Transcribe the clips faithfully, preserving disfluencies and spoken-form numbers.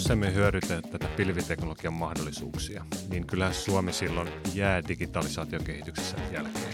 jos emme hyödytä tätä pilviteknologian mahdollisuuksia, niin kyllä Suomi silloin jää digitalisaatiokehityksessä jälkeen.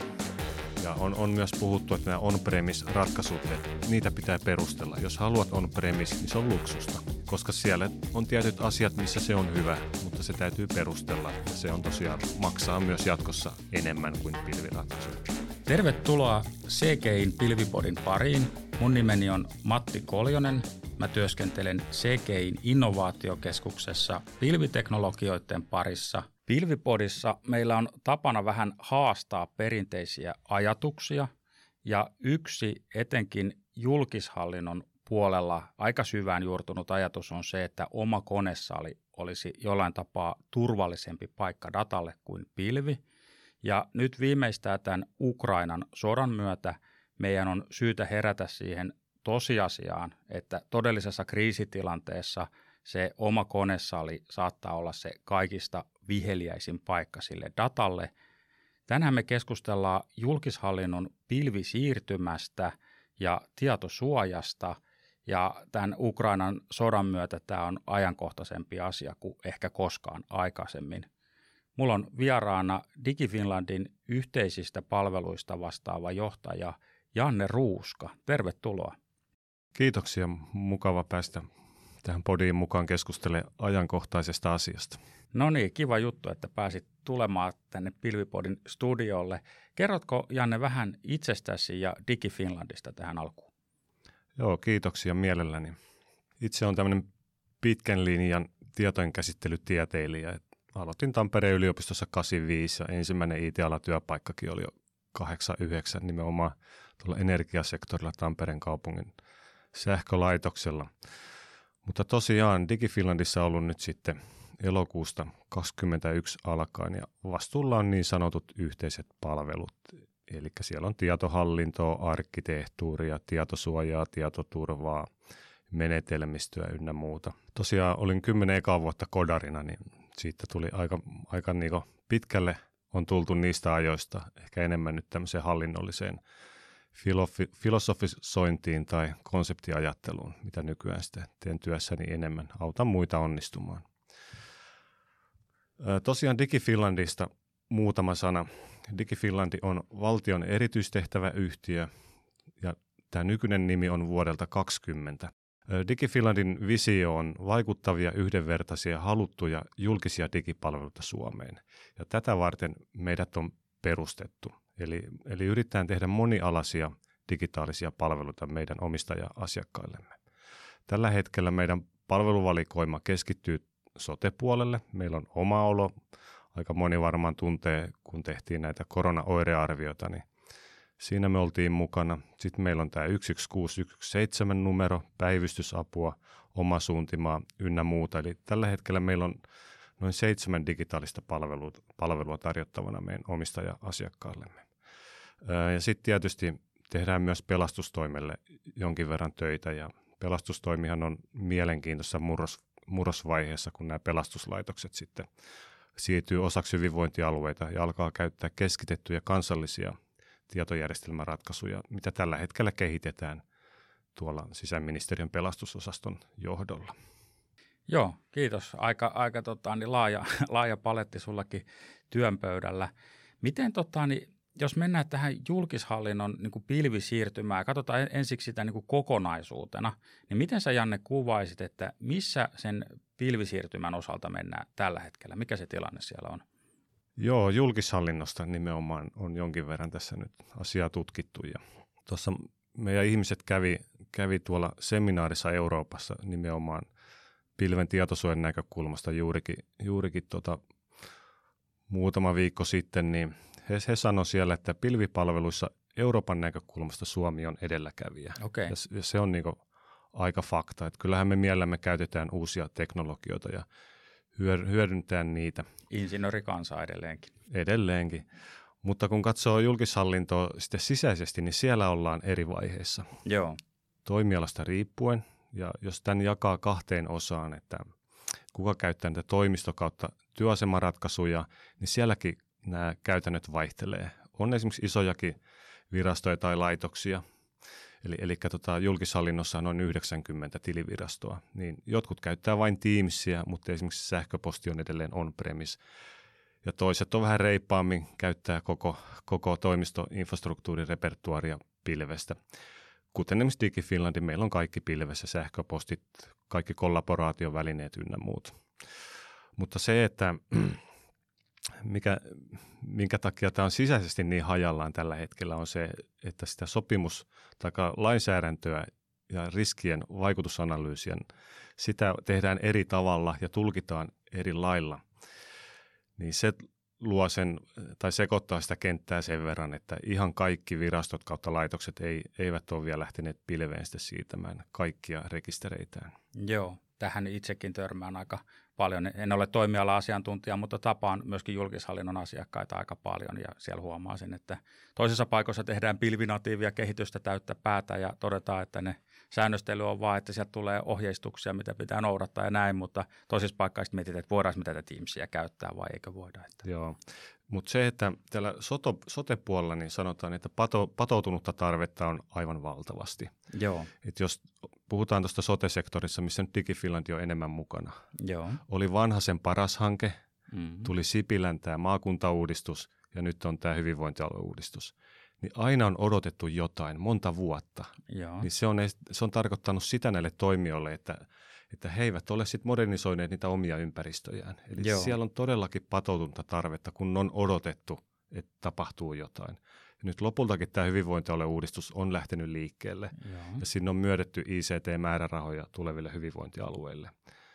Ja on, on myös puhuttu, että nämä on-premise-ratkaisut, että niitä pitää perustella. Jos haluat on-premise, niin se on luksusta, koska siellä on tietyt asiat, missä se on hyvä, mutta se täytyy perustella. Ja se on tosiaan maksaa myös jatkossa enemmän kuin pilviratkaisu. Tervetuloa C G I:n Pilvipodin pariin. Mun nimeni on Matti Koljonen. Mä työskentelen C G I:n innovaatiokeskuksessa pilviteknologioiden parissa. Pilvipodissa meillä on tapana vähän haastaa perinteisiä ajatuksia ja yksi etenkin julkishallinnon puolella aika syvään juurtunut ajatus on se, että oma konesali olisi jollain tapaa turvallisempi paikka datalle kuin pilvi. Ja nyt viimeistään tämän Ukrainan sodan myötä meidän on syytä herätä siihen tosiasiaan, että todellisessa kriisitilanteessa se oma konesali saattaa olla se kaikista viheliäisin paikka sille datalle. Tänään me keskustellaan julkishallinnon pilvisiirtymästä ja tietosuojasta, ja tämän Ukrainan sodan myötä tämä on ajankohtaisempi asia kuin ehkä koskaan aikaisemmin. Mulla on vieraana DigiFinlandin yhteisistä palveluista vastaava johtaja Janne Ruuska. Tervetuloa. Kiitoksia. Mukava päästä tähän podiin mukaan keskustelemaan ajankohtaisesta asiasta. No niin, kiva juttu, että pääsit tulemaan tänne Pilvipodin studiolle. Kerrotko, Janne, vähän itsestäsi ja DigiFinlandista tähän alkuun? Joo, kiitoksia mielelläni. Itse olen tämmöinen pitkän linjan tietojenkäsittelytieteilijä. Aloitin Tampereen yliopistossa kahdeksankymmentäviisi ja ensimmäinen I T-alan työpaikkakin oli jo kahdeksankymmentäyhdeksän nimenomaan tuolla energiasektorilla Tampereen kaupungin sähkölaitoksella. Mutta tosiaan DigiFinlandissa on ollut nyt sitten elokuusta kaksikymmentäyksi alkaen ja vastuulla on niin sanotut yhteiset palvelut. Eli siellä on tietohallintoa, arkkitehtuuria, tietosuojaa, tietoturvaa, menetelmistöä ynnä muuta. Tosiaan olin kymmenen ekaa vuotta kodarina, niin siitä tuli aika, aika niin kuin pitkälle on tultu niistä ajoista, ehkä enemmän nyt tämmöiseen hallinnolliseen filofi, filosofisointiin tai konseptiajatteluun, mitä nykyään sitten teen työssäni enemmän. Autan muita onnistumaan. Tosiaan DigiFinlandista muutama sana. DigiFinlandi on valtion erityistehtäväyhtiö ja tämä nykyinen nimi on vuodelta kaksikymmentä. DigiFinlandin visio on vaikuttavia, yhdenvertaisia, haluttuja julkisia digipalveluita Suomeen. Ja tätä varten meidät on perustettu. Eli, eli yritetään tehdä monialaisia digitaalisia palveluita meidän omistaja-asiakkaillemme. Tällä hetkellä meidän palveluvalikoima keskittyy sote-puolelle. Meillä on oma olo. Aika moni varmaan tuntee, kun tehtiin näitä korona-oirearvioita, niin siinä me oltiin mukana. Sitten meillä on tämä yksi yksi kuusi yksi yksi seitsemän numero, päivystysapua, omasuuntimaa ynnä muuta. Eli tällä hetkellä meillä on noin seitsemän digitaalista palvelua, palvelua tarjottavana meidän omistaja-asiakkaillemme. Ja sitten tietysti tehdään myös pelastustoimelle jonkin verran töitä. Ja pelastustoimihan on mielenkiintoisessa murros, murrosvaiheessa, kun nämä pelastuslaitokset sitten siirtyy osaksi hyvinvointialueita ja alkaa käyttää keskitettyjä kansallisia tietojärjestelmäratkaisuja, mitä tällä hetkellä kehitetään tuolla sisäministeriön pelastusosaston johdolla. Joo, kiitos. Aika, aika tota, niin laaja, laaja paletti sullakin työnpöydällä. Miten, tota, niin, jos mennään tähän julkishallinnon niin kuin pilvisiirtymään, katsotaan ensiksi sitä niin kuin kokonaisuutena, niin miten sä, Janne, kuvaisit, että missä sen pilvisiirtymän osalta mennään tällä hetkellä? Mikä se tilanne siellä on? Joo, julkishallinnosta nimenomaan on jonkin verran tässä nyt asiaa tutkittu. Ja tuossa meidän ihmiset kävi, kävi tuolla seminaarissa Euroopassa nimenomaan pilven tietosuojan näkökulmasta juurikin, juurikin tota, muutama viikko sitten, niin he, he sanoivat siellä, että pilvipalveluissa Euroopan näkökulmasta Suomi on edelläkävijä. Okay. Ja se on niin kuin aika fakta, että kyllähän me mielellämme käytetään uusia teknologioita ja hyödyntää niitä. Insinöörikansa edelleenkin. Edelleenkin. Mutta kun katsoo julkishallintoa sitten sisäisesti, niin siellä ollaan eri vaiheissa. Joo. Toimialasta riippuen. Ja jos tämän jakaa kahteen osaan, että kuka käyttää näitä toimisto- kautta työasemaratkaisuja, niin sielläkin nämä käytännöt vaihtelee. On esimerkiksi isojakin virastoja tai laitoksia. Eli, eli tota, julkishallinnossa on noin yhdeksänkymmentä tilivirastoa. Niin jotkut käyttää vain Teamsia, mutta esimerkiksi sähköposti on edelleen on-premise. Ja toiset on vähän reippaammin, käyttää koko, koko toimistoinfrastruktuurin repertuaaria pilvestä. Kuten esimerkiksi DigiFinlandin, meillä on kaikki pilvessä, sähköpostit, kaikki kollaboraatiovälineet ynnä muut. Mutta se, että mikä, minkä takia tämä on sisäisesti niin hajallaan tällä hetkellä, on se, että sitä sopimus- tai lainsäädäntöä ja riskien vaikutusanalyysiä, sitä tehdään eri tavalla ja tulkitaan eri lailla. Niin se luo sen, tai sekoittaa sitä kenttää sen verran, että ihan kaikki virastot kautta laitokset ei, eivät ole vielä lähteneet pilveen sitten siirtämään kaikkia rekistereitään. Joo, tähän itsekin törmään aika paljon. En ole toimiala-asiantuntija, mutta tapaan myöskin julkishallinnon asiakkaita aika paljon ja siellä huomaa sen, että toisessa paikoissa tehdään pilvinatiivia kehitystä täyttä päätä ja todetaan, että ne säännöstely on vaan, että sieltä tulee ohjeistuksia, mitä pitää noudattaa ja näin, mutta toisessa paikassa mietitään, että voidaanko me tätä Teamsia käyttää vai eikö voida. Että. Joo, mutta se, että täällä soto, sote-puolella niin sanotaan, että pato, patoutunutta tarvetta on aivan valtavasti. Joo. Et jos puhutaan tuosta sote-sektorissa, missä nyt DigiFinland on enemmän mukana. Joo. Oli Vanhasen paras hanke, mm-hmm. tuli Sipilän tämä maakuntauudistus ja nyt on tämä hyvinvointialueuudistus. Niin aina on odotettu jotain, monta vuotta. Joo. Niin se on, se on tarkoittanut sitä näille toimijoille, että, että he eivät ole sitten modernisoineet niitä omia ympäristöjään. Eli Joo. siellä on todellakin patoutunutta tarvetta, kun on odotettu, että tapahtuu jotain. Ja nyt lopultakin tämä hyvinvointialueuudistus on lähtenyt liikkeelle Joo. ja sinne on myödetty I C T-määrärahoja tuleville hyvinvointialueille.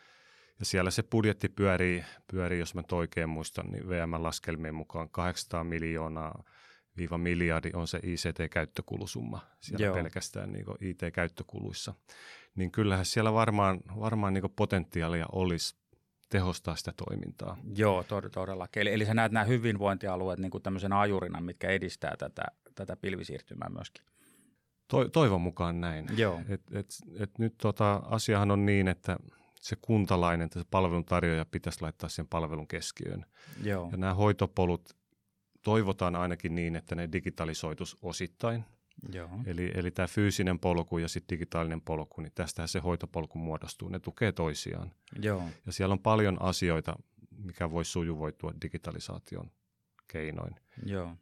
Ja siellä se budjetti pyörii, pyörii jos mä oikein muistan, niin V M-laskelmien mukaan kahdeksansataa miljoonaa viiva miljardi on se I C T-käyttökulusumma siellä Joo. pelkästään niin I T-käyttökuluissa. Niin kyllähän siellä varmaan, varmaan niin potentiaalia olisi tehostaa sitä toimintaa. Joo, todellakin. Eli, eli sä näet nämä hyvinvointialueet niin kuin tämmöisenä ajurina, mitkä edistää tätä, tätä pilvisiirtymää myöskin. To, toivon mukaan näin. Joo. Et, et, et nyt tota, asiahan on niin, että se kuntalainen, se palveluntarjoaja pitäisi laittaa sen palvelun keskiöön. Joo. Ja nämä hoitopolut toivotaan ainakin niin, että ne digitalisoitus osittain. Joo. Eli, eli tämä fyysinen polku ja sitten digitaalinen polku, niin tästähän se hoitopolku muodostuu. Ne tukee toisiaan. Joo. Ja siellä on paljon asioita, mikä voi sujuvoitua digitalisaation keinoin. Joo.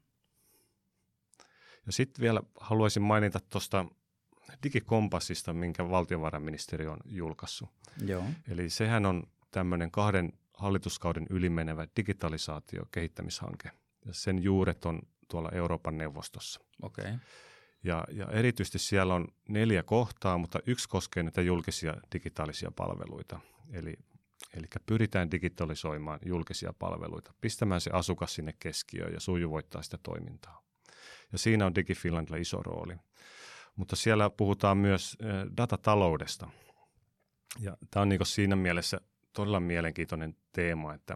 Ja sitten vielä haluaisin mainita tuosta digikompassista, minkä valtiovarainministeriö on julkaissut. Joo. Eli sehän on tämmöinen kahden hallituskauden ylimenevä digitalisaatio-kehittämishanke. Ja sen juuret on tuolla Euroopan neuvostossa. Okei. Okay. Ja, ja erityisesti siellä on neljä kohtaa, mutta yksi koskee näitä julkisia digitaalisia palveluita. Eli, eli pyritään digitalisoimaan julkisia palveluita, pistämään se asukas sinne keskiöön ja sujuvoittaa sitä toimintaa. Ja siinä on DigiFinlandilla iso rooli. Mutta siellä puhutaan myös datataloudesta. Ja tämä on niin kuin siinä mielessä todella mielenkiintoinen teema, että,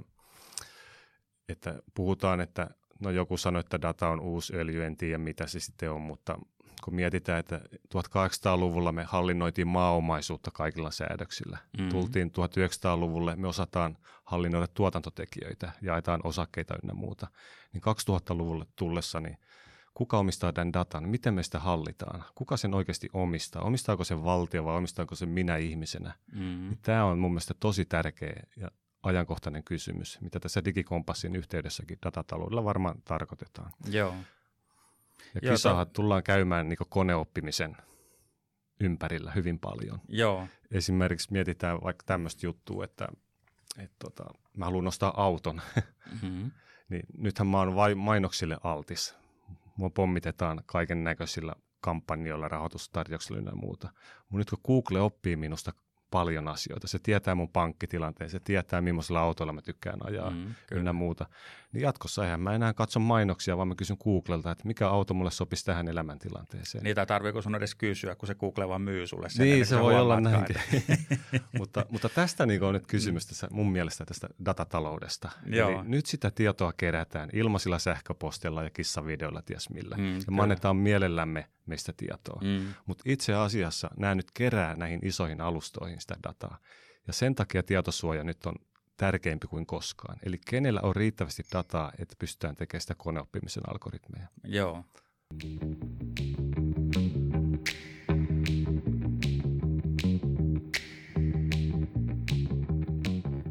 että puhutaan, että no joku sanoi, että data on uusi öljy, en tiedä mitä se sitten on, mutta kun mietitään, että tuhatkahdeksansataaluvulla me hallinnoitiin maaomaisuutta kaikilla säädöksillä. Mm-hmm. Tultiin tuhatyhdeksänsataaluvulle, me osataan hallinnoida tuotantotekijöitä, jaetaan osakkeita ynnä muuta. Niin kaksituhattaluvulle tullessa, niin kuka omistaa tämän datan? Miten me sitä hallitaan? Kuka sen oikeasti omistaa? Omistaako se valtio vai omistaako se minä ihmisenä? Mm-hmm. Tämä on mun mielestä tosi tärkeä ja ajankohtainen kysymys, mitä tässä digikompassin yhteydessäkin datataloudella varmaan tarkoitetaan. Joo. Ja kisahan tullaan käymään niin koneoppimisen ympärillä hyvin paljon. Joo. Esimerkiksi mietitään vaikka tämmöistä juttua, että, että tota, mä haluan nostaa auton. Mm-hmm. Niin nythän mä oon vain mainoksille altis. Mua pommitetaan kaiken näköisillä kampanjoilla, rahoitustarjouksilla ja muuta. Mutta nyt kun Google oppii minusta paljon asioita, se tietää mun pankkitilanteen, se tietää millaisilla autoilla mä tykkään ajaa mm, ynnä muuta. Niin jatkossa eihän mä enää katso mainoksia, vaan mä kysyn Googlelta, että mikä auto mulle sopisi tähän elämäntilanteeseen. Niitä tarviiko sun edes kysyä, kun se Google vaan myy sulle sen. Niin, se voi olla näinkin. mutta, mutta tästä niin on nyt kysymys tässä, mun mielestä tästä datataloudesta. Joo. Eli nyt sitä tietoa kerätään ilmaisilla sähköpostilla ja kissavideoilla ties millä. Mm, ja me annetaan mielellämme meistä tietoa. Mm. Mutta itse asiassa nämä nyt kerää näihin isoihin alustoihin sitä dataa. Ja sen takia tietosuoja nyt on tärkeämpi kuin koskaan. Eli kenellä on riittävästi dataa, että pystytään tekemään sitä koneoppimisen algoritmeja. Joo.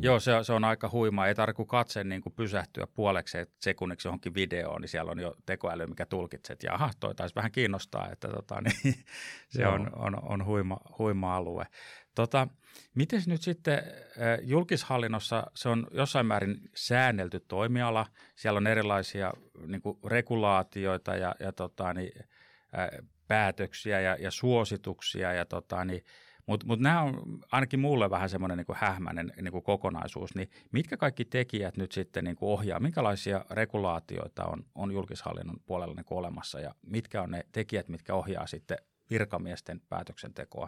Joo, se, se on aika huimaa. Ei tarvitse katse niin kuin pysähtyä puoleksi sekunniksi johonkin videoon, niin siellä on jo tekoäly, mikä tulkitsee, että jaha, toi taisi vähän kiinnostaa, että tota, niin, se on, on, on huima, huima alue. Tota, miten nyt sitten julkishallinnossa se on jossain määrin säännelty toimiala, siellä on erilaisia niin kuin regulaatioita ja, ja tota, niin, päätöksiä ja, ja suosituksia, ja tota, niin, mutta mut nämä on ainakin mulle vähän semmoinen niin kuin hähmäinen niin kuin kokonaisuus, niin mitkä kaikki tekijät nyt sitten niin kuin ohjaa, minkälaisia regulaatioita on, on julkishallinnon puolella niin kuin olemassa, ja mitkä on ne tekijät, mitkä ohjaa sitten virkamiesten päätöksentekoa?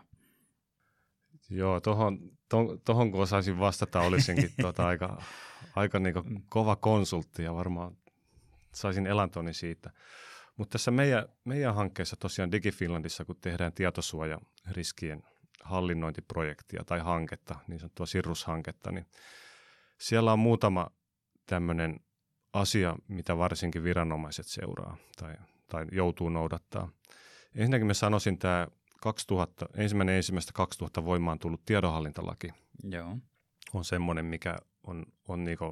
Joo, tuohon tohon kun osaisin vastata, olisinkin tuota aika, aika niin kuin kova konsultti ja varmaan saisin elantoni siitä. Mutta tässä meidän, meidän hankkeessa tosiaan DigiFinlandissa, kun tehdään tietosuojariskien hallinnointiprojektia tai hanketta, niin sanottua Sirrus-hanketta, niin siellä on muutama tämmöinen asia, mitä varsinkin viranomaiset seuraa tai, tai joutuu noudattaa. Ensinnäkin mä sanoisin tämä kaksituhatta, ensimmäinen ensimmäistä kaksituhatta voimaan tullut tiedonhallintalaki. Joo. On semmoinen, mikä on, on niinku,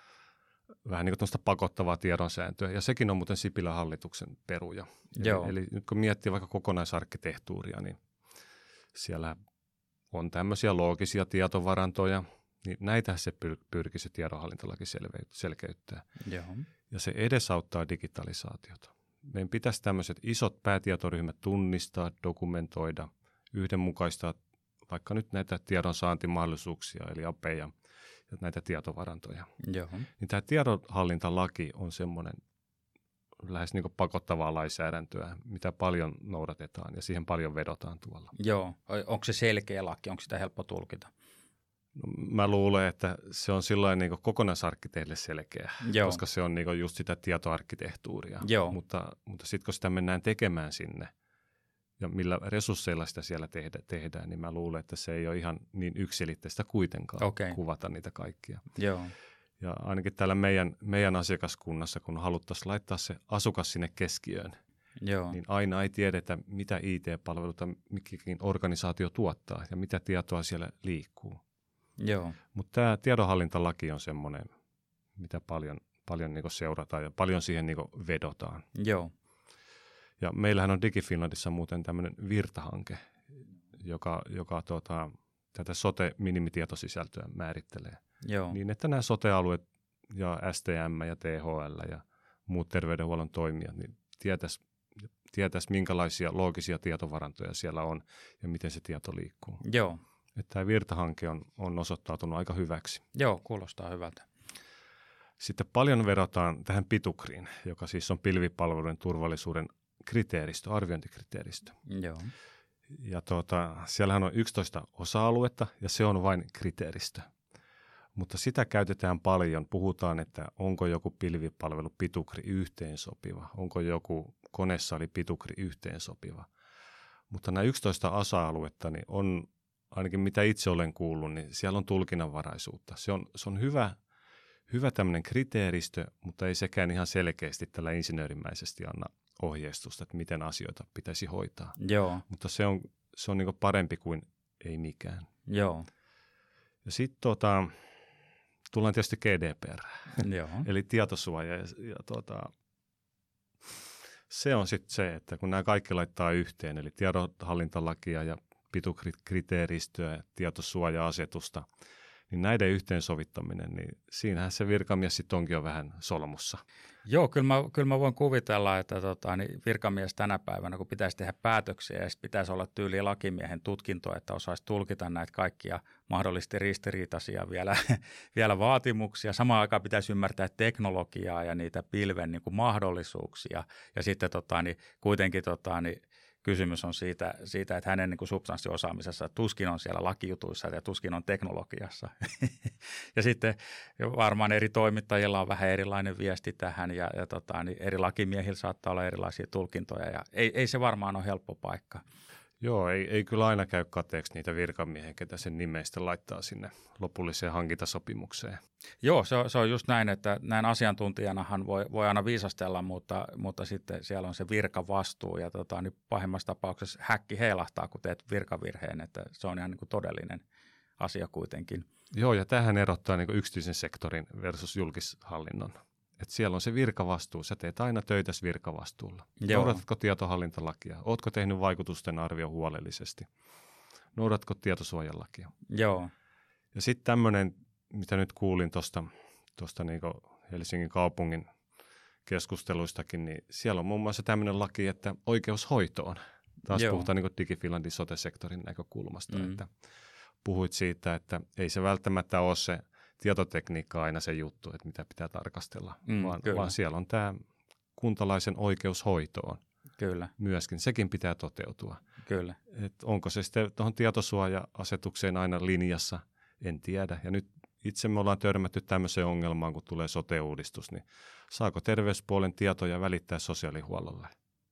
vähän niin kuin pakottavaa tiedonsääntöä, ja sekin on muuten Sipilän hallituksen peruja. Joo. Eli, eli nyt kun miettii vaikka kokonaisarkkitehtuuria, niin siellä on tämmöisiä loogisia tietovarantoja, niin näitä se pyr- pyrkii se tiedonhallintalaki selve- selkeyttää. Joo. Ja se edesauttaa digitalisaatiota. Meidän pitäisi tämmöiset isot päätietoryhmät tunnistaa, dokumentoida, yhdenmukaistaa vaikka nyt näitä tiedonsaantimahdollisuuksia, eli apeja ja näitä tietovarantoja. Joo. Niin tämä tiedonhallintalaki on semmoinen lähes niin kuin pakottavaa lainsäädäntöä, mitä paljon noudatetaan ja siihen paljon vedotaan tuolla. Joo. Onko se selkeä laki? Onko sitä helppo tulkita? No, mä luulen, että se on sillain niin kuin kokonaisarkkitehdille selkeä, Joo. koska se on niin kuin just sitä tietoarkkitehtuuria. Joo. Mutta, mutta sitten kun sitä mennään tekemään sinne ja millä resursseilla sitä siellä tehdä, tehdään, niin mä luulen, että se ei ole ihan niin yksiselitteistä kuitenkaan okay. kuvata niitä kaikkia. Joo. Ja ainakin täällä meidän, meidän asiakaskunnassa, kun haluttaisiin laittaa se asukas sinne keskiöön, Joo. niin aina ei tiedetä, mitä I T-palveluita mikäkin organisaatio tuottaa ja mitä tietoa siellä liikkuu. Joo. Mutta tämä tiedonhallintalaki on semmoinen, mitä paljon, paljon niinku seurataan ja paljon siihen niinku vedotaan. Joo. Ja meillähän on DigiFinlandissa muuten tämmöinen Virta-hanke, joka, joka tota, tätä sote-minimitietosisältöä määrittelee. Joo. Niin, että nämä sote-alueet ja S T M ja T H L ja muut terveydenhuollon toimijat niin tietäisi, tietäisi, minkälaisia loogisia tietovarantoja siellä on ja miten se tieto liikkuu. Joo. Että tämä Virta-hanke on, on osoittautunut aika hyväksi. Joo, kuulostaa hyvältä. Sitten paljon vedotaan tähän Pitukriin, joka siis on pilvipalveluiden turvallisuuden kriteeristö, arviointikriteeristö. Joo. Ja tuota, siellähän on yksitoista osa-aluetta ja se on vain kriteeristö. Mutta sitä käytetään paljon. Puhutaan, että onko joku pilvipalvelu Pitukri yhteensopiva, onko joku konesali Pitukri yhteensopiva. Mutta nämä yksitoista osa-aluetta niin on, ainakin mitä itse olen kuullut, niin siellä on tulkinnanvaraisuutta. Se on, se on hyvä, hyvä tämmöinen kriteeristö, mutta ei sekään ihan selkeästi tällä insinöörimäisesti anna ohjeistusta, että miten asioita pitäisi hoitaa. Joo. Mutta se on, se on niin kuin parempi kuin ei mikään. Joo. Ja sitten tota, tullaan tietysti G D P R, Joo. eli tietosuoja. Ja, ja tota, se on sitten se, että kun nämä kaikki laittaa yhteen, eli tiedonhallintalakia ja Pitukri-kriteeristöä ja tietosuoja-asetusta, niin näiden yhteensovittaminen, niin siinähän se virkamies sitten onkin jo vähän solmussa. Joo, kyllä mä, kyllä mä voin kuvitella, että tota, niin virkamies tänä päivänä, kun pitäisi tehdä päätöksiä ja pitäisi olla tyyli lakimiehen tutkinto, että osaisi tulkita näitä kaikkia mahdollisesti ristiriitaisia vielä, vielä vaatimuksia. Samaan aikaan pitäisi ymmärtää teknologiaa ja niitä pilven niin kuin mahdollisuuksia. Ja sitten tota, niin kuitenkin tota, niin kysymys on siitä, siitä että hänen niin kuin substanssiosaamisessa tuskin on siellä lakijutuissa ja tuskin on teknologiassa. Ja sitten varmaan eri toimittajilla on vähän erilainen viesti tähän ja, ja tota, niin eri lakimiehillä saattaa olla erilaisia tulkintoja ja ei, ei se varmaan ole helppo paikka. Joo, ei, ei kyllä aina käy kateeksi niitä virkamiehen, ketä sen nimeistä laittaa sinne lopulliseen hankintasopimukseen. Joo, se on, se on just näin, että näin asiantuntijanahan voi, voi aina viisastella, mutta, mutta sitten siellä on se virkavastuu ja tota, niin pahimmassa tapauksessa häkki heilahtaa, kun teet virkavirheen, että se on ihan niin kuin todellinen asia kuitenkin. Joo, ja tähän erottaa niin kuin yksityisen sektorin versus julkishallinnon. Et siellä on se virkavastuu. Sä teet aina töitä virkavastuulla. Joo. Noudatko tietohallintalakia? Ootko tehnyt vaikutusten arvio huolellisesti? Noudatko tietosuojalakia? Joo. Ja sitten tämmöinen, mitä nyt kuulin tuosta tosta niin kuin Helsingin kaupungin keskusteluistakin, niin siellä on muun muassa tämmöinen laki, että oikeus hoitoon. Taas Joo. puhutaan niin kuin DigiFinlandin sote-sektorin näkökulmasta. Mm. Että puhuit siitä, että ei se välttämättä ole se tietotekniikka aina se juttu, että mitä pitää tarkastella, Mm, vaan, kyllä. vaan siellä on tämä kuntalaisen oikeus hoitoon Kyllä, myöskin. Sekin pitää toteutua. kyllä. Et onko se sitten tuohon tietosuoja-asetukseen aina linjassa, en tiedä. Ja nyt itse me ollaan törmätty tämmöiseen ongelmaan, kun tulee sote-uudistus, niin saako terveyspuolen tietoja välittää sosiaalihuollolle?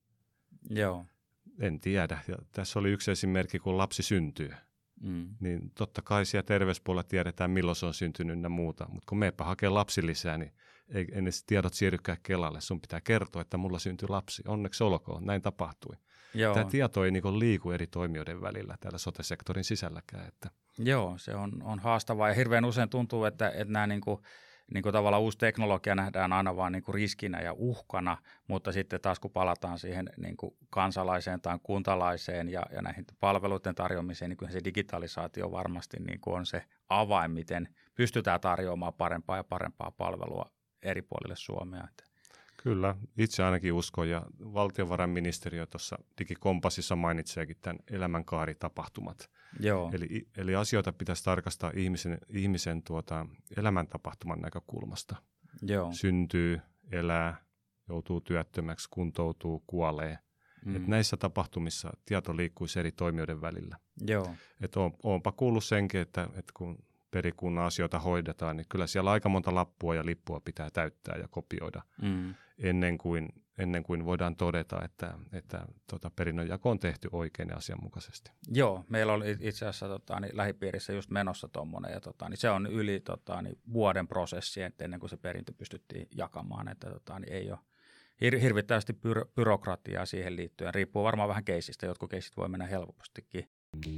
Joo. En tiedä. Ja tässä oli yksi esimerkki, kun lapsi syntyy. Mm. Niin totta kai siellä terveyspuolella tiedetään, milloin se on syntynyt ja muuta. Mutta kun meepä hakee lapsilisää, niin ei, ei ne tiedot siirrykään Kelalle. Sun pitää kertoa, että mulla syntyi lapsi. Onneksi olkoon, näin tapahtui. Joo. Tämä tieto ei niin liiku eri toimijoiden välillä täällä sote-sektorin sisälläkään. Että. Joo, se on, on haastavaa ja hirveän usein tuntuu, että, että nämä niin kuin, niin kuin tavallaan uusi teknologia nähdään aina vain niin kuin riskinä ja uhkana, mutta sitten taas kun palataan siihen niin kuin kansalaiseen tai kuntalaiseen ja, ja näihin palveluiden tarjoamiseen, niin kyllä se digitalisaatio varmasti niin kuin on se avain, miten pystytään tarjoamaan parempaa ja parempaa palvelua eri puolille Suomea. Kyllä, itse ainakin uskon ja valtiovarainministeriö tuossa Digikompassissa mainitseekin tämän elämänkaaritapahtumat. Joo. Eli, eli asioita pitäisi tarkastaa ihmisen, ihmisen tuota, elämäntapahtuman näkökulmasta. Joo. Syntyy, elää, joutuu työttömäksi, kuntoutuu, kuolee. Mm. Et näissä tapahtumissa tieto liikkuisi eri toimijoiden välillä. Joo. Et on, onpa kuullut senkin, että, että kun perikunnan asioita hoidetaan, niin kyllä siellä aika monta lappua ja lippua pitää täyttää ja kopioida Mm. ennen kuin, ennen kuin voidaan todeta, että, että tota, perinnönjako on tehty oikein ja asianmukaisesti. Joo, meillä oli itse asiassa tota, niin lähipiirissä just menossa tuommoinen, ja tota, niin se on yli tota, niin vuoden prosessi, että ennen kuin se perintö pystyttiin jakamaan, että tota, niin ei ole hir- hirvittävästi byro- byrokratiaa siihen liittyen. Riippuu varmaan vähän keisistä, jotkut keisit voi mennä helpostikin.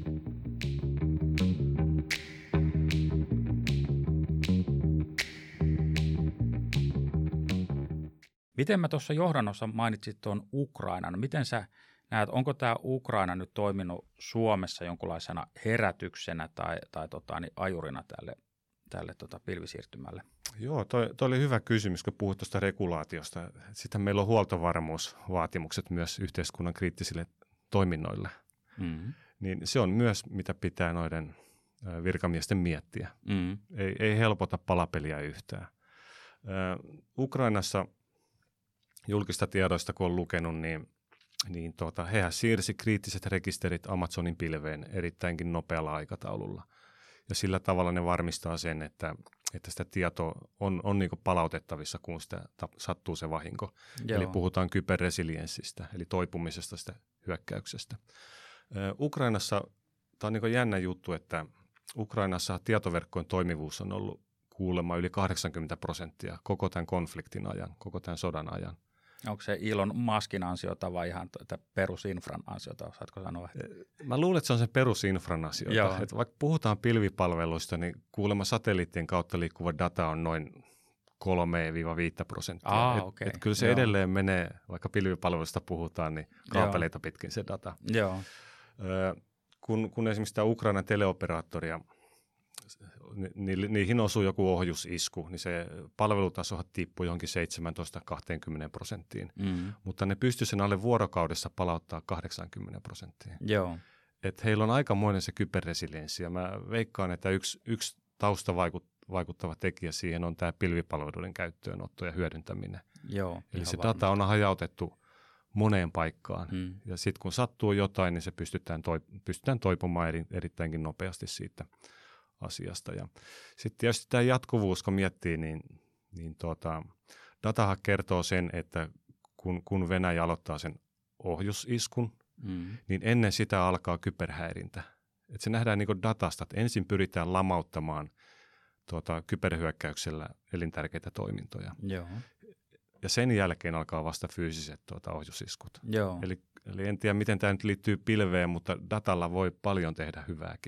Miten mä tuossa johdannossa mainitsit tuon Ukrainan? Miten sä näet, onko tämä Ukraina nyt toiminut Suomessa jonkunlaisena herätyksenä tai, tai tota, niin ajurina tälle, tälle tota, pilvisiirtymälle? Joo, toi, toi oli hyvä kysymys, kun puhuit tuosta regulaatiosta. Sitten meillä on huoltovarmuusvaatimukset myös yhteiskunnan kriittisille toiminnoille. Mm-hmm. Niin se on myös, mitä pitää noiden virkamiesten miettiä. Mm-hmm. Ei, ei helpota palapeliä yhtään. Äh, Ukrainassa julkista tiedoista, kun on lukenut, niin, niin tuota, hehän siirsi kriittiset rekisterit Amazonin pilveen erittäinkin nopealla aikataululla. Ja sillä tavalla ne varmistaa sen, että, että sitä tietoa on, on niin kuin palautettavissa, kun sitä ta- sattuu se vahinko. Joo. Eli puhutaan kyberresilienssistä, eli toipumisesta sitä hyökkäyksestä. Ö, Ukrainassa, tämä on niin kuin jännä juttu, että Ukrainassa tietoverkkojen toimivuus on ollut kuulemma yli kahdeksankymmentä prosenttia koko tämän konfliktin ajan, koko tämän sodan ajan. Onko se Elon Muskin ansiota vai ihan perusinfran ansiota, osaatko sanoa? Mä luulen, että se on se perusinfran asioita. Että vaikka puhutaan pilvipalveluista, niin kuulemma satelliittien kautta liikkuva data on noin kolme viisi prosenttia. Ah, et, okay. et kyllä se Joo. edelleen menee, vaikka pilvipalveluista puhutaan, niin kaapeleita Joo. pitkin se data. Joo. Ö, kun, kun esimerkiksi tämä Ukrainan teleoperaattoria, Ni, niihin osuu joku ohjusisku, niin se palvelutaso tippui johonkin seitsemäntoista kaksikymmentä prosenttiin, mm. mutta ne pysty sen alle vuorokaudessa palauttaa kahdeksankymmentä prosenttiin. Joo. Et heillä on aikamoinen se kyberresilienssi, ja mä veikkaan, että yksi, yksi taustavaikuttava tekijä siihen on tämä pilvipalveluiden käyttöönotto ja hyödyntäminen. Joo, eli se varmasti. data on hajautettu moneen paikkaan, mm. ja sitten kun sattuu jotain, niin se pystytään, toip- pystytään toipumaan eri, erittäinkin nopeasti siitä asiasta. Ja sitten tietysti tämä jatkuvuus, kun miettii, niin, niin tuota, datahan kertoo sen, että kun, kun Venäjä aloittaa sen ohjusiskun, mm. niin ennen sitä alkaa kyberhäirintä. Et se nähdään niin kuin datasta, että ensin pyritään lamauttamaan tuota, kyberhyökkäyksellä elintärkeitä toimintoja. Joo. Ja sen jälkeen alkaa vasta fyysiset tuota, ohjusiskut. Joo. Eli, eli en tiedä, miten tämä nyt liittyy pilveen, mutta datalla voi paljon tehdä hyvääkin.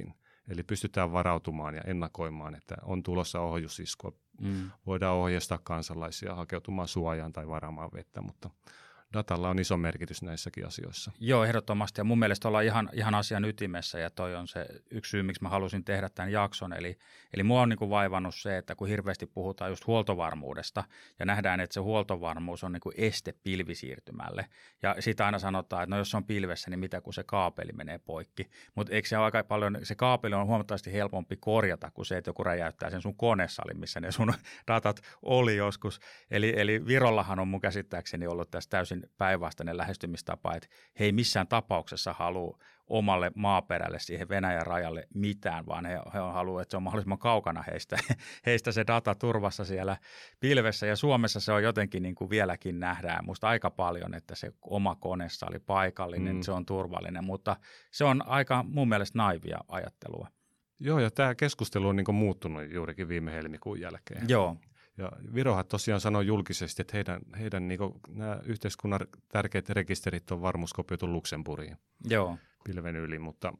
Eli pystytään varautumaan ja ennakoimaan, että on tulossa ohjusiskua. Mm. Voidaan ohjeistaa kansalaisia hakeutumaan suojaan tai varaamaan vettä, mutta datalla on iso merkitys näissäkin asioissa. Joo, ehdottomasti. Ja mun mielestä ollaan ihan, ihan asian ytimessä ja toi on se yksi syy, miksi mä halusin tehdä tämän jakson. Eli, eli mua on niin kuin vaivannut se, että kun hirveästi puhutaan just huoltovarmuudesta ja nähdään, että se huoltovarmuus on niin kuin este pilvisiirtymälle. Ja sitä aina sanotaan, että no jos se on pilvessä, niin mitä kun se kaapeli menee poikki. Mutta eikö se ole aika paljon, se kaapeli on huomattavasti helpompi korjata kuin se, että joku räjäyttää sen sun konesalin, missä ne sun datat oli joskus. Eli, eli Virollahan on mun käsittääkseni ollut tässä täysin päinvastainen lähestymistapa, että he ei missään tapauksessa halua omalle maaperälle siihen Venäjän rajalle mitään, vaan he, he haluavat, että se on mahdollisimman kaukana heistä, heistä se data turvassa siellä pilvessä. Ja Suomessa se on jotenkin niin kuin vieläkin nähdään musta aika paljon, että se oma koneessa oli paikallinen, mm. se on turvallinen, mutta se on aika mun mielestä naivia ajattelua. Joo, ja tämä keskustelu on niin kuin muuttunut juurikin viime helmikuun jälkeen. Joo. Ja Virohan tosiaan sanoi julkisesti, että heidän, heidän niin kuin, nämä yhteiskunnan tärkeät rekisterit on varmuuskopioitu Luxemburgiin Joo. pilven yli, mutta,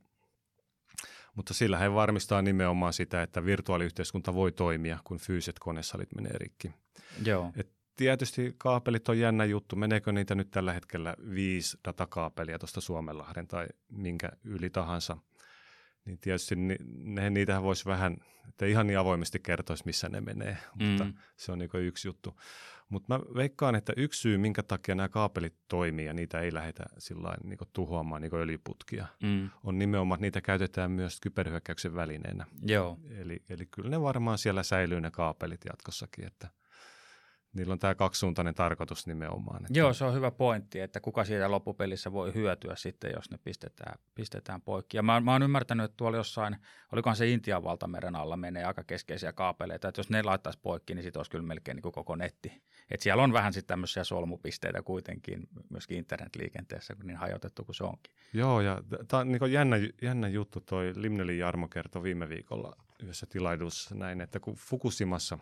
mutta sillä he varmistaa nimenomaan sitä, että virtuaaliyhteiskunta voi toimia, kun fyysiset konesalit menee rikki. Joo. Et tietysti kaapelit on jännä juttu. Meneekö niitä nyt tällä hetkellä viisi datakaapelia tuosta Suomenlahden tai minkä yli tahansa? Niin tietysti ni, ne, niitähän voisi vähän, että ihan niin avoimesti kertoisi, missä ne menee, mm. mutta se on niin kuin yksi juttu. Mutta mä veikkaan, että yksi syy, minkä takia nämä kaapelit toimii ja niitä ei lähdetä sillain niin kuin tuhoamaan niin kuin öljyputkia, mm. on nimenomaan, että niitä käytetään myös kyberhyökkäyksen välineenä. Joo. Eli, eli kyllä ne varmaan siellä säilyy ne kaapelit jatkossakin, että niillä on tämä kaksisuuntainen tarkoitus nimenomaan. Että Joo, se on hyvä pointti, että kuka siitä loppupelissä voi hyötyä sitten, jos ne pistetään, pistetään poikki. Ja mä, mä oon ymmärtänyt, että tuolla jossain, olikohan se Intian valtameren alla menee aika keskeisiä kaapeleita, että jos ne laittaisi poikki, niin sitten olisi kyllä melkein niin kuin koko netti. Että siellä on vähän sitten tämmöisiä solmupisteitä kuitenkin myöskin internetliikenteessä, kun niin hajotettu kuin se onkin. Joo, ja tämä on niin jännä, jännä juttu, toi Limnelin Jarmo kertoi viime viikolla yhdessä tilaidussa näin, että kun Fukushimassa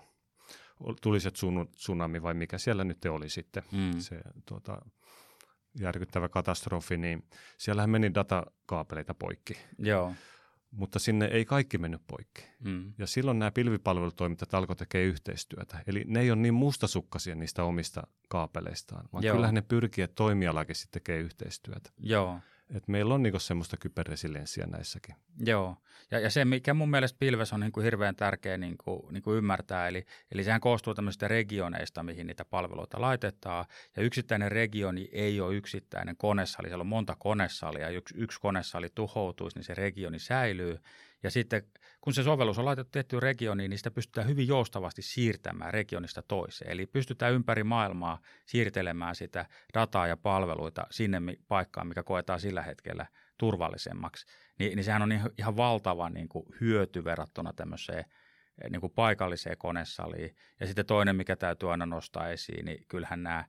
tuli se tsunami vai mikä siellä nyt oli sitten, mm. se tuota, järkyttävä katastrofi, niin siellähän meni datakaapeleita poikki. Joo. Mutta sinne ei kaikki mennyt poikki. Mm. Ja silloin nämä pilvipalvelutoimittajat alkoi tekemään yhteistyötä. Eli ne ei ole niin mustasukkaisia niistä omista kaapeleistaan, vaan Joo. kyllähän ne pyrkii, että toimialakin sitten tekee yhteistyötä. Joo. Et meillä on niinku semmoista kyberresilienssiä näissäkin. Joo, ja, ja se mikä mun mielestä pilvessä on niinku hirveän tärkeä niinku, niinku ymmärtää, eli, eli sehän koostuu tämmöisistä regioneista, mihin niitä palveluita laitetaan, ja yksittäinen regioni ei ole yksittäinen konesali, siellä on monta konesalia, ja yksi, yksi konesali tuhoutuisi, niin se regioni säilyy, ja sitten kun se sovellus on laitettu tiettyyn regioniin, niin sitä pystytään hyvin joustavasti siirtämään regionista toiseen. Eli pystytään ympäri maailmaa siirtelemään sitä dataa ja palveluita sinne paikkaan, mikä koetaan sillä hetkellä turvallisemmaksi. Ni, niin sehän on ihan valtava niin kuin hyöty verrattuna tämmöiseen niin kuin paikalliseen konesaliin. Ja sitten toinen, mikä täytyy aina nostaa esiin, niin kyllähän nämä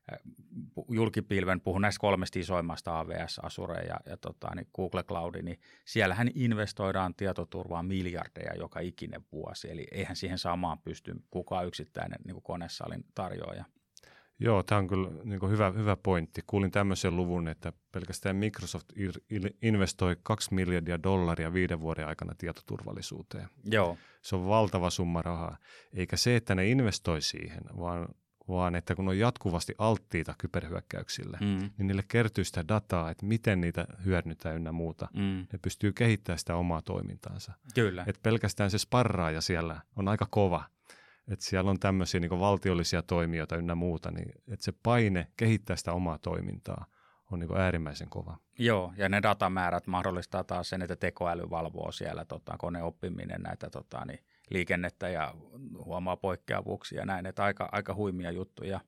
julkipilven, puhun näistä kolmesta isoimmasta A W S, Azure ja, ja tota, niin Google Cloud, niin siellähän investoidaan tietoturvaan miljardeja joka ikinen vuosi, eli eihän siihen samaan pysty kukaan yksittäinen niin kuin konesalin tarjoaja. Joo, tämä on kyllä niin kuin hyvä, hyvä pointti. Kuulin tämmöisen luvun, että pelkästään Microsoft investoi kaksi miljardia dollaria viiden vuoden aikana tietoturvallisuuteen. Joo. Se on valtava summa rahaa. Eikä se, että ne investoi siihen, vaan vaan että kun on jatkuvasti alttiita kyberhyökkäyksille, mm. niin niille kertyy sitä dataa, että miten niitä hyödynnetään ynnä muuta. Mm. Ne pystyy kehittämään sitä omaa toimintaansa. Kyllä. Et pelkästään se sparraaja siellä on aika kova. Että siellä on tämmöisiä niin kuin valtiollisia toimijoita ynnä muuta, niin että se paine kehittää sitä omaa toimintaa on niin kuin äärimmäisen kova. Joo, ja ne datamäärät mahdollistaa taas sen, että tekoäly valvoo siellä tota, koneoppiminen näitä tota, niin, liikennettä ja huomaa poikkeavuuksia ja näin, että aika, aika huimia juttuja.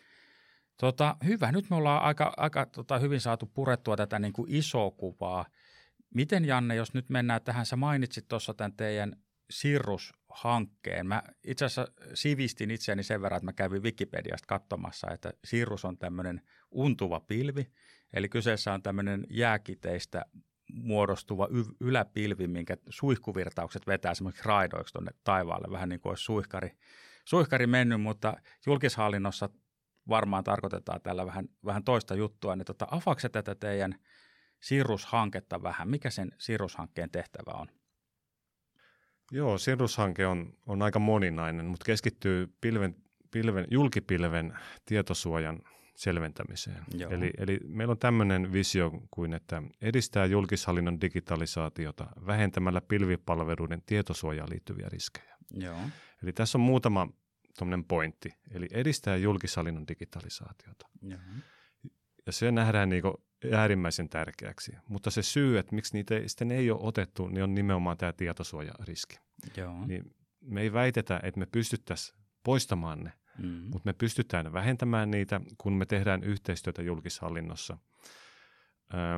Tota, hyvä, nyt me ollaan aika, aika tota, hyvin saatu purettua tätä niin kuin isoa kuvaa. Miten Janne, jos nyt mennään tähän, sä mainitsit tuossa tämän teidän Cirrus-hankkeen. Mä itse asiassa sivistin itseäni sen verran, että mä kävin Wikipediasta katsomassa, että Cirrus on tämmöinen untuva pilvi, eli kyseessä on tämmöinen jääkiteistä muodostuva y- yläpilvi, minkä suihkuvirtaukset vetää semmoiksi raidoiksi tuonne taivaalle, vähän niin kuin olisi suihkari, suihkari mennyt, mutta julkishallinnossa varmaan tarkoitetaan tällä vähän, vähän toista juttua, niin tota, avaako tätä teidän Cirrus-hanketta vähän? Mikä sen Cirrus-hankkeen tehtävä on? Joo, Cirrus-hanke on, on aika moninainen, mutta keskittyy pilven, pilven, julkipilven tietosuojan selventämiseen. Eli, eli meillä on tämmöinen visio kuin, että edistää julkishallinnon digitalisaatiota vähentämällä pilvipalveluiden tietosuojaan liittyviä riskejä. Joo. Eli tässä on muutama tuommoinen pointti, eli edistää julkishallinnon digitalisaatiota. Joo. Ja se nähdään niin kuin äärimmäisen tärkeäksi, mutta se syy, että miksi niitä ei, sitten ei ole otettu, niin on nimenomaan tämä tietosuojariski. Joo. Niin me ei väitetä, että me pystyttäisiin poistamaan ne, mm-hmm. mutta me pystytään vähentämään niitä, kun me tehdään yhteistyötä julkishallinnossa. Öö,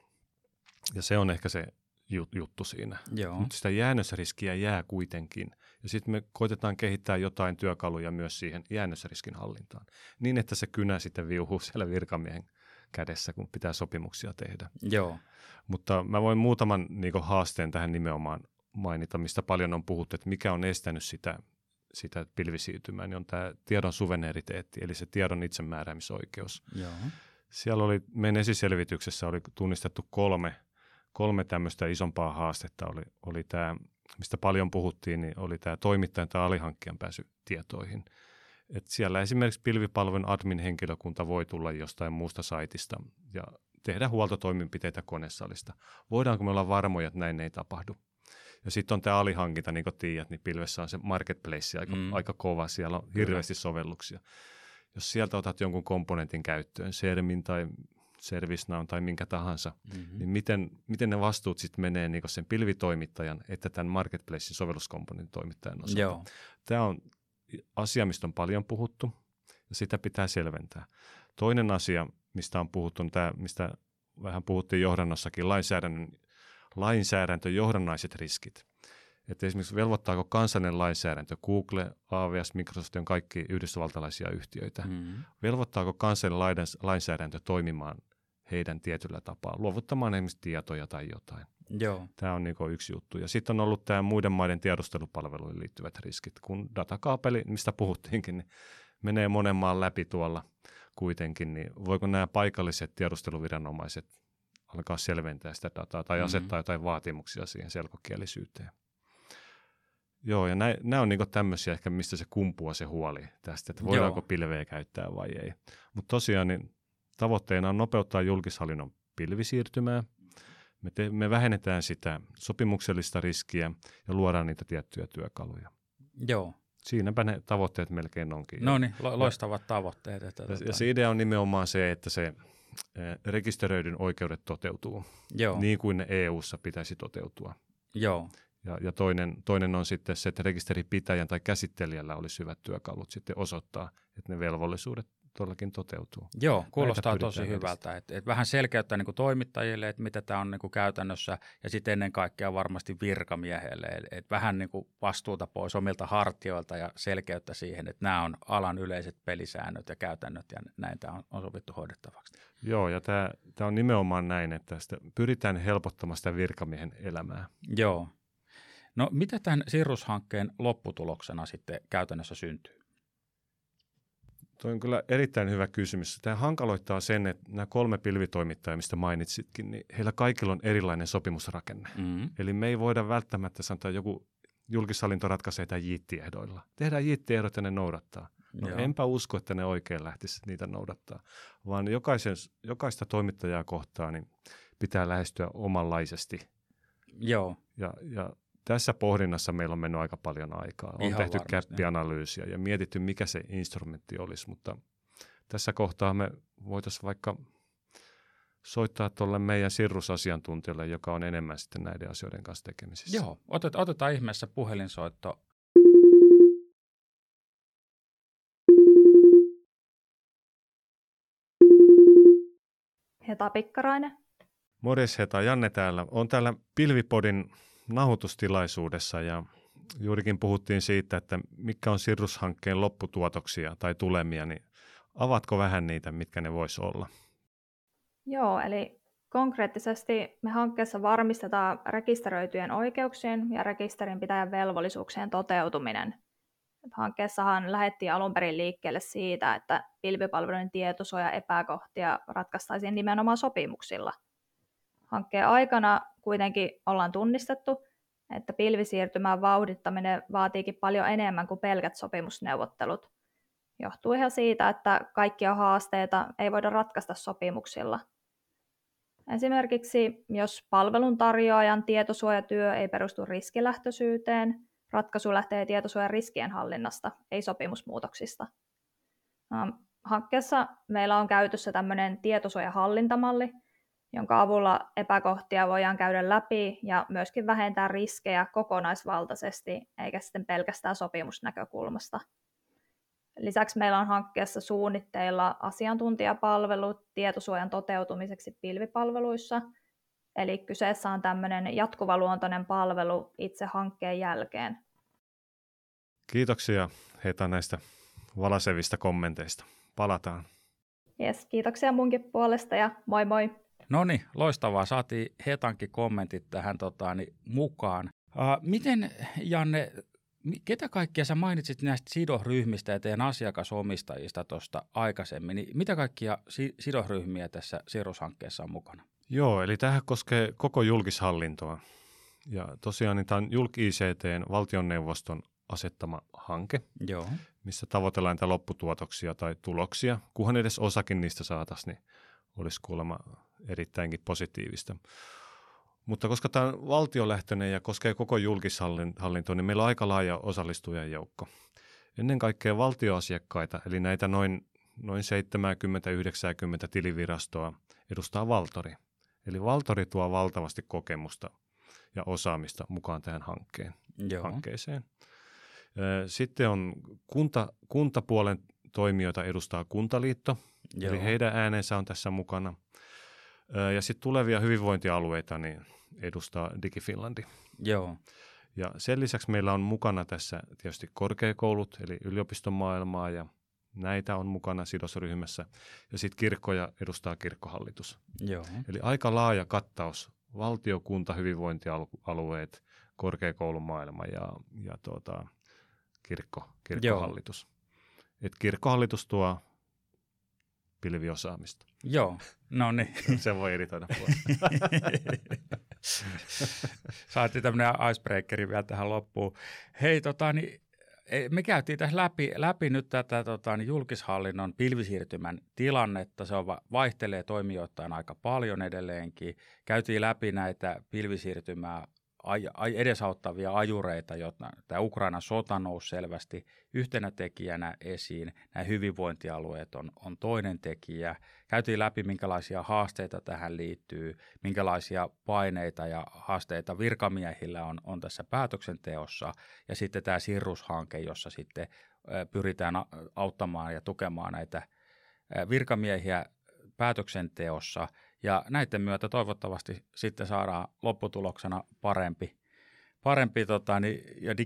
ja se on ehkä se juttu siinä. Joo. Mutta sitä jäännösriskiä jää kuitenkin. Ja sitten me koitetaan kehittää jotain työkaluja myös siihen jäännösriskin hallintaan. Niin, että se kynä sitten viuhuu siellä virkamiehen kädessä, kun pitää sopimuksia tehdä. Joo. Mutta mä voin muutaman niin kuin haasteen tähän nimenomaan mainita, mistä paljon on puhuttu, että mikä on estänyt sitä, sitä pilvisiirtymää, niin on tämä tiedon suvereniteetti, eli se tiedon itsemääräämisoikeus. Joo. Siellä oli, meidän esiselvityksessä oli tunnistettu kolme, kolme tämmöistä isompaa haastetta. Oli, oli tämä, mistä paljon puhuttiin, niin oli tämä toimittajan tai alihankkijan pääsy tietoihin. Et siellä esimerkiksi pilvipalvelun admin-henkilökunta voi tulla jostain muusta saitista ja tehdä huoltotoimenpiteitä konesalista. Voidaanko me olla varmoja, että näin ei tapahdu? Ja sitten on tämä alihankinta, niin kuin tiedät, niin pilvessä on se marketplace aika, mm. aika kova. Siellä on hirveästi sovelluksia. Jos sieltä otat jonkun komponentin käyttöön, Sermin tai ServiceNown tai minkä tahansa, mm-hmm. niin miten, miten ne vastuut sitten menee niin sen pilvitoimittajan että tämän marketplacein sovelluskomponentin toimittajan osalta? Joo. Tämä on asia, mistä on paljon puhuttu ja sitä pitää selventää. Toinen asia, mistä on puhuttu, on tämä, mistä vähän puhuttiin johdannossakin, lainsäädännön, lainsäädäntöjohdannaiset riskit. Että esimerkiksi velvoittaako kansallinen lainsäädäntö, Google, A W S, Microsoft on kaikki yhdysvaltalaisia yhtiöitä, mm-hmm. velvoittaako kansallinen lainsäädäntö toimimaan heidän tietyllä tapaa, luovuttamaan esimerkiksi tietoja tai jotain. Joo. Tämä on niin kuin yksi juttu. Ja sitten on ollut tämä muiden maiden tiedustelupalveluihin liittyvät riskit. Kun datakaapeli, mistä puhuttiinkin, niin menee monen maan läpi tuolla kuitenkin, niin voiko nämä paikalliset tiedusteluviranomaiset alkaa selventää sitä dataa tai asettaa mm-hmm. jotain vaatimuksia siihen selkokielisyyteen. Joo, ja nämä on niinku tämmöisiä ehkä, mistä se kumpuaa se huoli tästä, että voidaanko Joo. pilveä käyttää vai ei. Mutta tosiaan niin tavoitteena on nopeuttaa julkishallinnon pilvisiirtymää. Me, te, me vähennetään sitä sopimuksellista riskiä ja luodaan niitä tiettyjä työkaluja. Joo. Siinäpä ne tavoitteet melkein onkin. No niin, lo- loistavat tavoitteet. Että ja, ja se idea on nimenomaan se, että se eh, rekisteröidyn oikeudet toteutuu Joo. niin kuin ne E U:ssa pitäisi toteutua. Joo. Ja, ja toinen, toinen on sitten se, että rekisteripitäjän tai käsittelijällä olisi hyvät työkalut sitten osoittaa, että ne velvollisuudet todellakin toteutuu. Joo, kuulostaa tosi hyvältä. Että et vähän selkeyttä niin kuin toimittajille, että mitä tämä on niin kuin käytännössä, ja sitten ennen kaikkea varmasti virkamiehelle. Että et vähän niin kuin vastuuta pois omilta hartioilta ja selkeyttä siihen, että nämä on alan yleiset pelisäännöt ja käytännöt, ja näin tämä on, on sovittu hoidettavaksi. Joo, ja tämä, tämä on nimenomaan näin, että sitä pyritään helpottamaan sitä virkamiehen elämää. Joo. No mitä tämän Cirrus-hankkeen lopputuloksena sitten käytännössä syntyy? Tuo on kyllä erittäin hyvä kysymys. Tämä hankaloittaa sen, että nämä kolme pilvitoimittajaa, mistä mainitsitkin, niin heillä kaikilla on erilainen sopimusrakenne. Mm-hmm. Eli me ei voida välttämättä sanoa, että joku julkishallinto ratkaisee tämän J I T-ehdoilla. Tehdään J I T-ehdot ja ne noudattaa. No Joo. enpä usko, että ne oikein lähtisi niitä noudattaa, vaan jokaisen, jokaista toimittajaa kohtaan niin pitää lähestyä omanlaisesti. Joo. Ja, ja tässä pohdinnassa meillä on mennyt aika paljon aikaa. On Ihan tehty gap-analyysiä ja mietitty, mikä se instrumentti olisi, mutta tässä kohtaa me voitaisiin vaikka soittaa tuolle meidän Cirrus-asiantuntijalle, joka on enemmän sitten näiden asioiden kanssa tekemisissä. Joo, otet, otetaan ihmeessä puhelinsoitto. Heta Pikkarainen. Morjes Heta, Janne täällä. Olen täällä Pilvipodin nauhoitustilaisuudessa ja juurikin puhuttiin siitä, että mitkä on Cirrus-hankkeen lopputuotoksia tai tulemia, niin avaatko vähän niitä, mitkä ne vois olla? Joo, eli konkreettisesti me hankkeessa varmistetaan rekisteröityjen oikeuksien ja rekisterinpitäjän velvollisuuksien toteutuminen. Hankkeessahan lähdettiin alun perin liikkeelle siitä, että pilvipalveluiden tietosuoja epäkohtia ratkaistaisiin nimenomaan sopimuksilla. Hankkeen aikana kuitenkin ollaan tunnistettu, että pilvisiirtymän vauhdittaminen vaatiikin paljon enemmän kuin pelkät sopimusneuvottelut. Johtuu ihan siitä, että kaikkia haasteita ei voida ratkaista sopimuksilla. Esimerkiksi jos palveluntarjoajan tietosuojatyö ei perustu riskilähtöisyyteen, ratkaisu lähtee tietosuojan riskien hallinnasta, ei sopimusmuutoksista. Hankkeessa meillä on käytössä tämmöinen tietosuojahallintamalli, jonka avulla epäkohtia voidaan käydä läpi ja myöskin vähentää riskejä kokonaisvaltaisesti, eikä sitten pelkästään sopimusnäkökulmasta. Lisäksi meillä on hankkeessa suunnitteilla asiantuntijapalvelut tietosuojan toteutumiseksi pilvipalveluissa, eli kyseessä on tämmöinen jatkuvaluontoinen palvelu itse hankkeen jälkeen. Kiitoksia Heta näistä valaisevista kommenteista. Palataan. Yes, kiitoksia munkin puolesta ja moi moi. No niin, loistavaa. Saatiin Hetankin kommentit tähän tota, niin, mukaan. Uh, miten, Janne, ketä kaikkia sä mainitsit näistä sidosryhmistä ja teidän asiakasomistajista tuosta aikaisemmin? Niin mitä kaikkia si- sidosryhmiä tässä Sirrus-hankkeessa on mukana? Joo, eli tämähän koskee koko julkishallintoa. Ja tosiaan niin tämä on Julk-I C T:n valtioneuvoston asettama hanke, Joo. missä tavoitellaan niitä lopputuotoksia tai tuloksia. Kunhan edes osakin niistä saataisiin, niin olisi kuulemma erittäinkin positiivista. Mutta koska tämä on valtiolähtöinen ja koskee koko julkishallintoa, niin meillä on aika laaja osallistujien joukko. Ennen kaikkea valtioasiakkaita, eli näitä noin, noin seitsemänkymmentä yhdeksänkymmentä tilivirastoa edustaa Valtori. Eli Valtori tuo valtavasti kokemusta ja osaamista mukaan tähän hankkeen, hankkeeseen. Sitten on kunta, kuntapuolen toimijoita edustaa Kuntaliitto, Joo. eli heidän äänensä on tässä mukana. Ja sitten tulevia hyvinvointialueita niin edustaa DigiFinlandi. Joo. Ja sen lisäksi meillä on mukana tässä tietysti korkeakoulut, eli yliopiston maailmaa, ja näitä on mukana sidosryhmässä. Ja sitten kirkkoja edustaa kirkkohallitus. Joo. Eli aika laaja kattaus, valtio, kunta, hyvinvointialueet, korkeakoulumaailma ja, ja tuota, kirkko, kirkkohallitus. Et kirkkohallitus tuo pilviosaamista. Joo, no niin. Se voi editoida pois. Saatiin tämmöinen icebreakeri vielä tähän loppuun. Hei, tota, niin, me käytiin tässä läpi, läpi nyt tätä tota, niin julkishallinnon pilvisiirtymän tilannetta. Se on, vaihtelee toimijoittain aika paljon edelleenkin. Käytiin läpi näitä pilvisiirtymää edesauttavia ajureita, jotta tämä Ukrainan sota nousi selvästi yhtenä tekijänä esiin. Nämä hyvinvointialueet on, on toinen tekijä. Käytiin läpi, minkälaisia haasteita tähän liittyy, minkälaisia paineita ja haasteita virkamiehillä on, on tässä päätöksenteossa. Ja sitten tämä Sirrus-hanke, jossa sitten pyritään auttamaan ja tukemaan näitä virkamiehiä päätöksenteossa. Ja näiden myötä toivottavasti sitten saadaan lopputuloksena parempi, parempi tota, niin, ja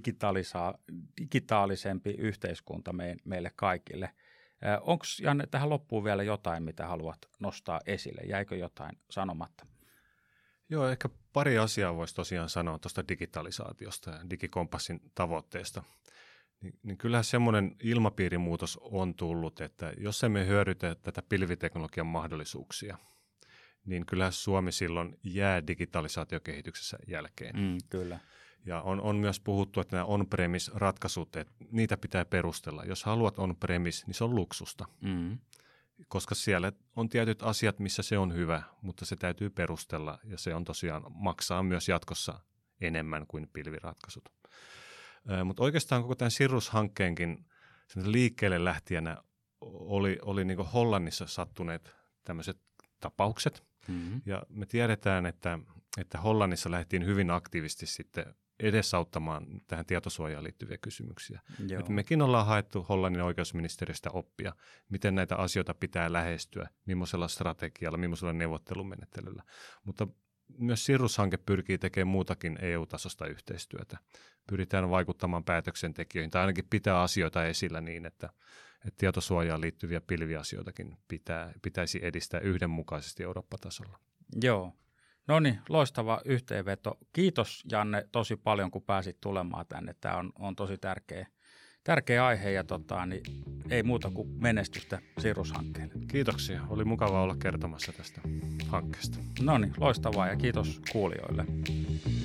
digitaalisempi yhteiskunta me, meille kaikille. Onko, Janne, tähän loppuun vielä jotain, mitä haluat nostaa esille? Jäikö jotain sanomatta? Joo, ehkä pari asiaa voisi tosiaan sanoa tuosta digitalisaatiosta ja digikompassin tavoitteesta. Niin, niin kyllähän semmoinen ilmapiirimuutos on tullut, että jos emme hyödytä tätä pilviteknologian mahdollisuuksia, niin kyllähän Suomi silloin jää digitalisaatiokehityksessä jälkeen. Mm, kyllä. Ja on, on myös puhuttu, että nämä on-premise-ratkaisut, että niitä pitää perustella. Jos haluat on-premise, niin se on luksusta, mm. koska siellä on tietyt asiat, missä se on hyvä, mutta se täytyy perustella ja se on tosiaan maksaa myös jatkossa enemmän kuin pilviratkaisut. Mutta oikeastaan koko tämän Sirrus-hankkeenkin liikkeelle lähtijänä oli, oli niin kuin Hollannissa sattuneet tämmöiset tapaukset. Mm-hmm. Ja me tiedetään, että, että Hollannissa lähdettiin hyvin aktiivisesti sitten edesauttamaan tähän tietosuojaan liittyviä kysymyksiä. Et mekin ollaan haettu Hollannin oikeusministeriöstä oppia, miten näitä asioita pitää lähestyä, millaisella strategialla, millaisella neuvottelumenettelyllä. Mutta myös Sirrus-hanke pyrkii tekemään muutakin E U-tasosta yhteistyötä. Pyritään vaikuttamaan päätöksentekijöihin tai ainakin pitää asioita esillä niin, että, että tietosuojaan liittyviä pilviasioitakin pitää, pitäisi edistää yhdenmukaisesti Eurooppa-tasolla. Joo. No niin, loistava yhteenveto. Kiitos, Janne, tosi paljon, kun pääsit tulemaan tänne. Tämä on, on tosi tärkeä, tärkeä aihe ja tota, niin ei muuta kuin menestystä Sirrus-hankkeelle. Kiitoksia. Oli mukava olla kertomassa tästä hankkeesta. No niin, loistavaa ja kiitos kuulijoille.